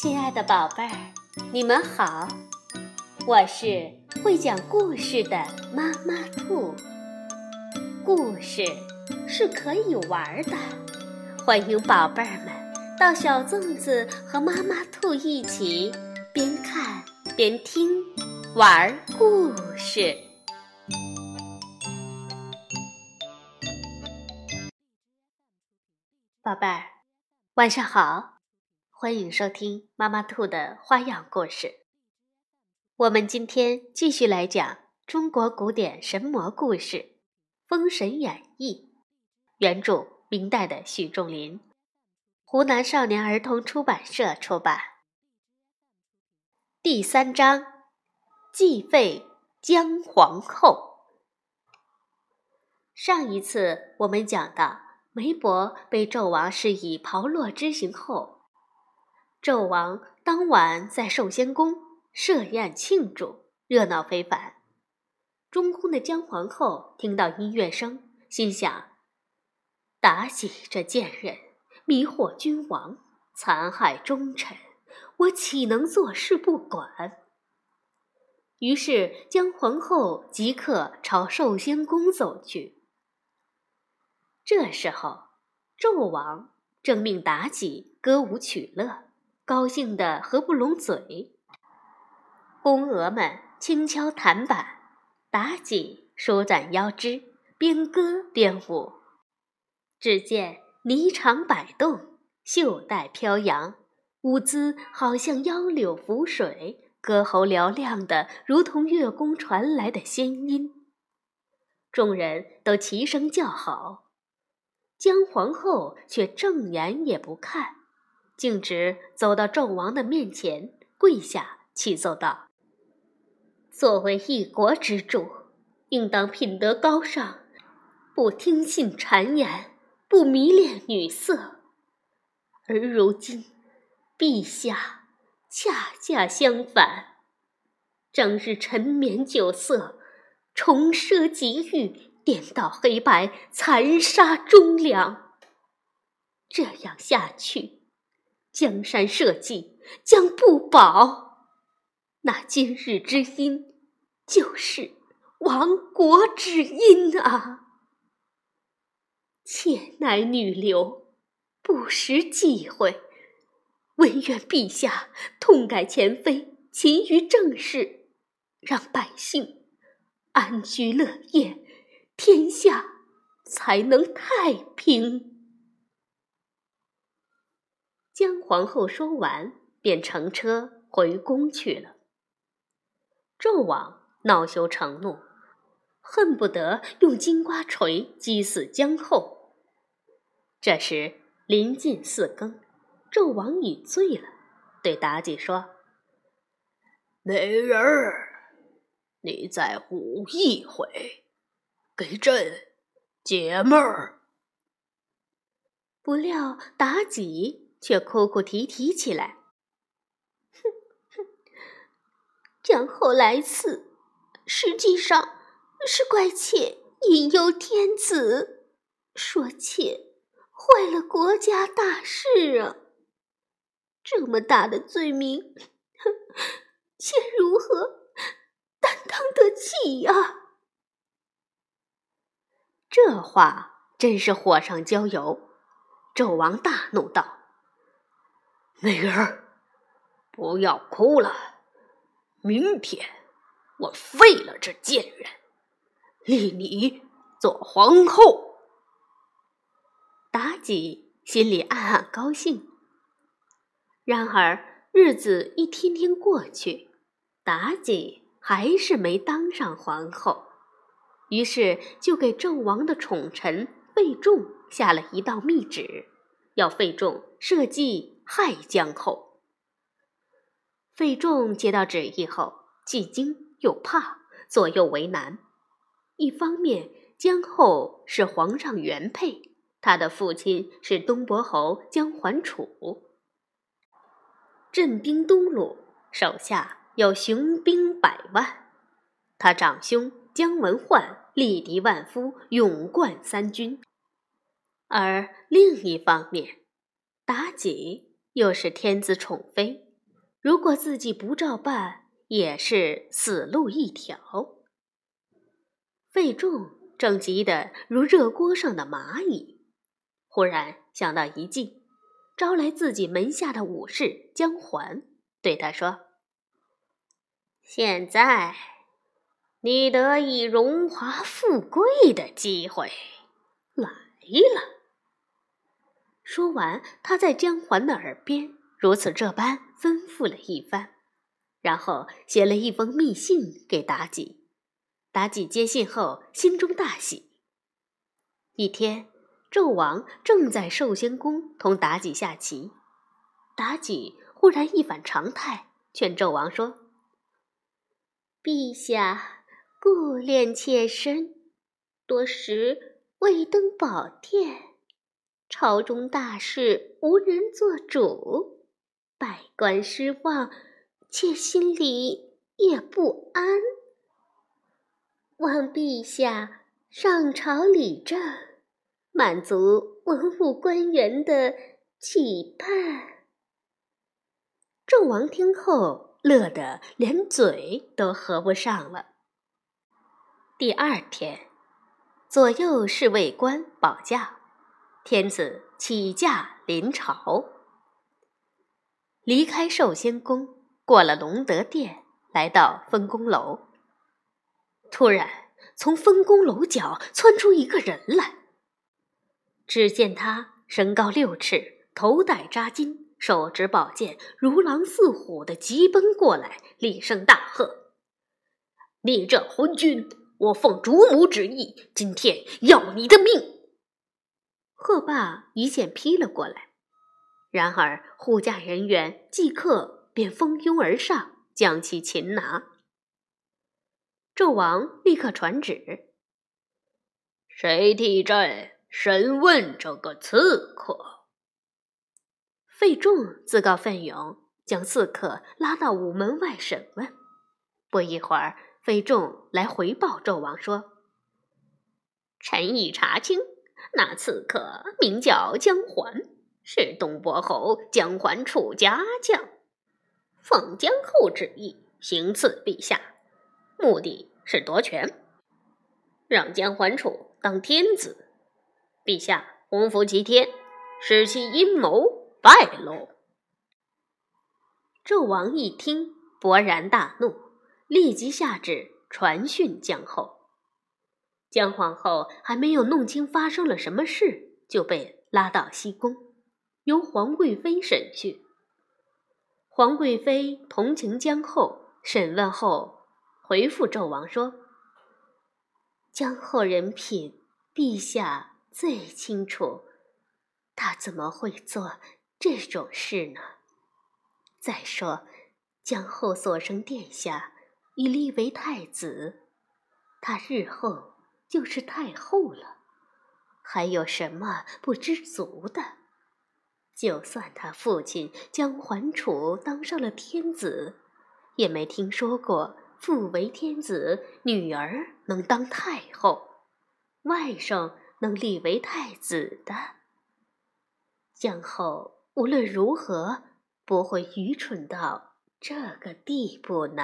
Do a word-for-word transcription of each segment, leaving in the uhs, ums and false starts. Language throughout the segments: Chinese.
亲爱的宝贝儿，你们好，我是会讲故事的妈妈兔。故事是可以玩的，欢迎宝贝儿们到小粽子和妈妈兔一起边看边听玩故事。宝贝儿，晚上好，欢迎收听妈妈兔的花样故事。我们今天继续来讲中国古典神魔故事《封神演义》，原著明代的许仲林，湖南少年儿童出版社出版。第三章，继废姜皇后。上一次我们讲到，梅伯被纣王施以炮烙之刑后，纣王当晚在寿仙宫设宴庆祝，热闹非凡。中宫的姜皇后听到音乐声，心想：妲己这贱人迷惑君王，残害忠臣，我岂能坐视不管？于是姜皇后即刻朝寿仙宫走去。这时候，纣王正命妲己歌舞取乐，高兴得合不拢嘴。宫娥们轻敲弹板，妲己舒展腰肢，边歌边舞。只见霓裳摆动，袖带飘扬，舞姿好像腰柳浮水，歌喉嘹亮的如同乐宫传来的仙音。众人都齐声叫好。姜皇后却正眼也不看，径直走到纣王的面前，跪下启奏道：作为一国之主，应当品德高尚，不听信谗言，不迷恋女色。而如今陛下恰恰相反，整日沉湎酒色，重奢极欲，颠倒黑白，残杀忠良。这样下去，江山社稷将不保，那今日之阴就是亡国之阴啊！妾乃女流，不识忌讳，唯愿陛下痛改前非，勤于政事，让百姓安居乐业，天下才能太平。姜皇后说完，便乘车回宫去了。纣王恼羞成怒，恨不得用金瓜锤击死姜后。这时临近四更，纣王已醉了，对妲己说：美人儿，你再舞一回，给朕解闷儿。不料妲己却哭哭啼啼起来：哼哼，姜后来此，实际上是怪妾引诱天子，说妾坏了国家大事啊！这么大的罪名，妾如何担当得起啊？这话真是火上浇油。纣王大怒道：美人儿，不要哭了，明天我废了这贱人，立你做皇后。妲己心里暗暗高兴。然而日子一天天过去，妲己还是没当上皇后，于是就给纣王的宠臣费仲下了一道密旨，要费仲设计害姜后。费仲接到旨意后，既惊又怕，左右为难。一方面，姜后是皇上原配，她的父亲是东伯侯姜桓楚，镇兵东鲁，手下有雄兵百万。他长兄姜文焕力敌万夫，勇冠三军。而另一方面，妲己又是天子宠妃， 如果自己不照办，也是死路一条。费仲正急得如热锅上的蚂蚁，忽然想到一计，招来自己门下的武士姜环，对他说：现在你得以荣华富贵的机会来了。说完，他在姜环的耳边如此这般吩咐了一番，然后写了一封密信给妲己。妲己接信后，心中大喜。一天，纣王正在寿仙宫同妲己下棋，妲己忽然一反常态，劝纣王说：陛下顾恋妾身，多时未登宝殿，朝中大事无人做主，百官失望，妾心里也不安。望陛下上朝理政，满足文武官员的期盼。纣王听后乐得连嘴都合不上了。第二天，左右侍卫官保驾，天子起驾临朝。离开寿仙宫，过了隆德殿，来到分宫楼。突然从分宫楼角窜出一个人来，只见他身高六尺，头戴扎巾，手执宝剑，如狼似虎地急奔过来，厉声大喝：你这昏君，我奉主母旨意，今天要你的命！喝罢，一剑劈了过来。然而护驾人员即刻便蜂拥而上，将其擒拿。纣王立刻传旨：谁替朕审问这个刺客？费仲自告奋勇，将刺客拉到午门外审问。不一会儿，费仲来回报纣王说：臣已查清，那刺客名叫姜环，是东伯侯姜环楚家将，奉姜后旨意行刺陛下，目的是夺权，让姜环楚当天子，陛下洪福齐天，使其阴谋败露。纣王一听，勃然大怒，立即下旨传讯姜后。姜皇后还没有弄清发生了什么事，就被拉到西宫，由皇贵妃审讯。皇贵妃同情姜后，审问后回复纣王说：姜后人品，陛下最清楚，她怎么会做这种事呢？再说，姜后所生殿下已立为太子，她日后就是太后了，还有什么不知足的？就算他父亲姜环楚当上了天子，也没听说过父为天子，女儿能当太后，外甥能立为太子的。姜后无论如何不会愚蠢到这个地步呢。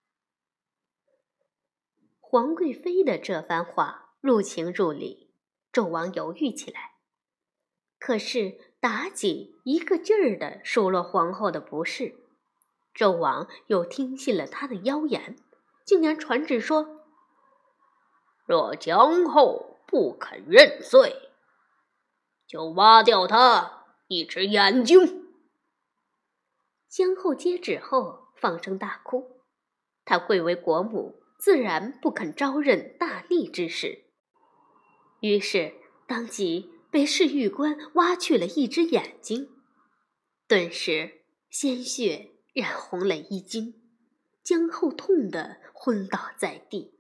皇贵妃的这番话入情入理，纣王犹豫起来。可是妲己一个劲儿地数落皇后的不是，纣王又听信了她的妖言，竟然传旨说：若姜后不肯认罪，就挖掉她一只眼睛。姜后接旨后放声大哭，她贵为国母，自然不肯招认大逆之事，于是当即被侍御官挖去了一只眼睛，顿时鲜血染红了衣襟，姜后痛得昏倒在地。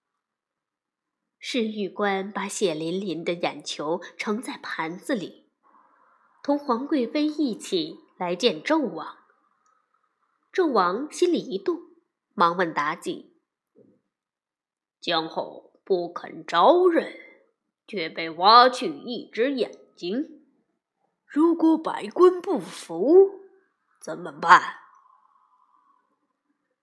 侍御官把血淋淋的眼球盛在盘子里，同皇贵妃一起来见纣王。纣王心里一动，忙问妲己：姜后不肯招认，却被挖去一只眼睛，如果百官不服，怎么办？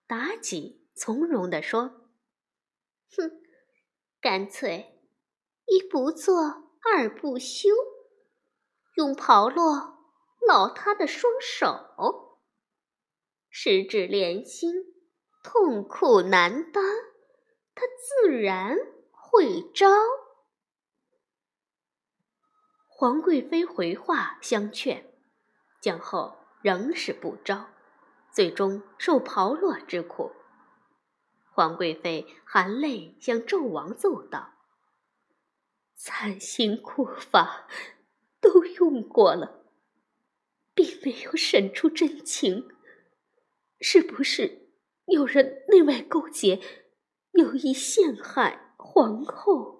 妲己从容地说：“哼，干脆一不做二不休，用炮烙烙他的双手，十指连心，痛苦难当，他自然会招。”皇贵妃回话相劝，姜后仍是不招，最终受炮烙之苦。皇贵妃含泪向纣王奏道：“残刑酷法都用过了，并没有审出真情，是不是有人内外勾结，有意陷害皇后？”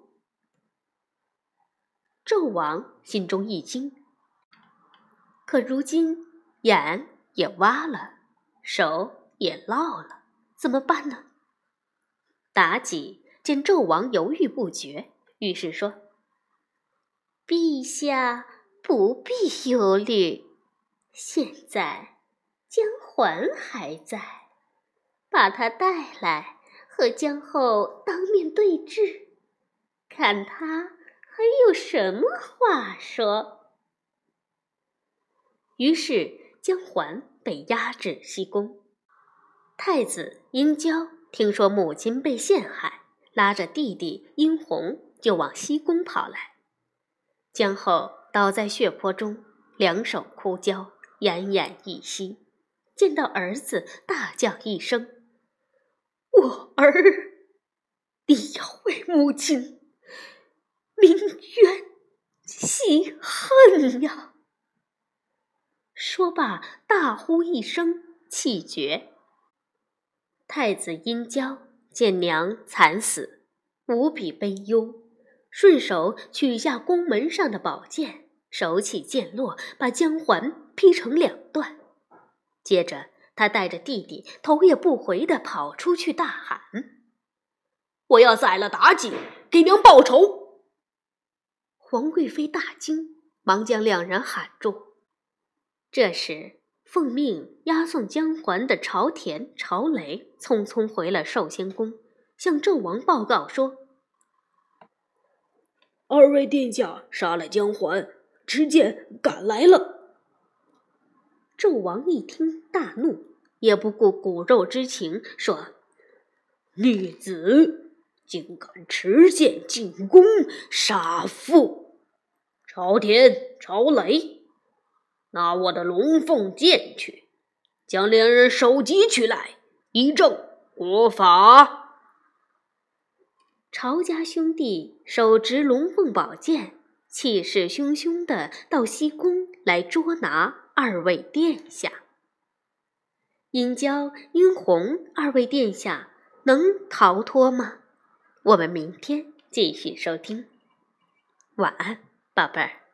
纣王心中一惊，可如今眼也挖了，手也烙了，怎么办呢？妲己见纣王犹豫不决，于是说：“陛下不必忧虑，现在姜环还在，把他带来，和姜后当面对质，看他还有什么话说。”于是姜环被押至西宫。太子殷郊听说母亲被陷害，拉着弟弟殷红就往西宫跑来。姜后倒在血泊中，两手哭焦，奄奄一息，见到儿子大叫一声：“我儿，你要为母亲鸣冤洗恨呀！”说罢大呼一声，气绝。太子殷郊见娘惨死，无比悲忧，顺手取下宫门上的宝剑，手起剑落，把姜环劈成两段。接着他带着弟弟头也不回地跑出去，大喊：“我要宰了妲己，给娘报仇！”皇贵妃大惊，忙将两人喊住。这时奉命押送姜环的朝田、朝雷匆匆回了寿仙宫，向纣王报告说：“ 二位殿下杀了姜环，持剑赶来了。” 纣王一听大怒，也不顾骨肉之情，说：“ 女子竟敢持剑进宫，杀父！朝田、朝雷，拿我的龙凤剑去，将两人首级取来，以正国法。” 朝家兄弟手执龙凤宝剑，气势汹汹地到西宫来捉拿二位殿下。殷郊、殷红二位殿下能逃脱吗？我们明天继续收听。晚安，宝贝儿。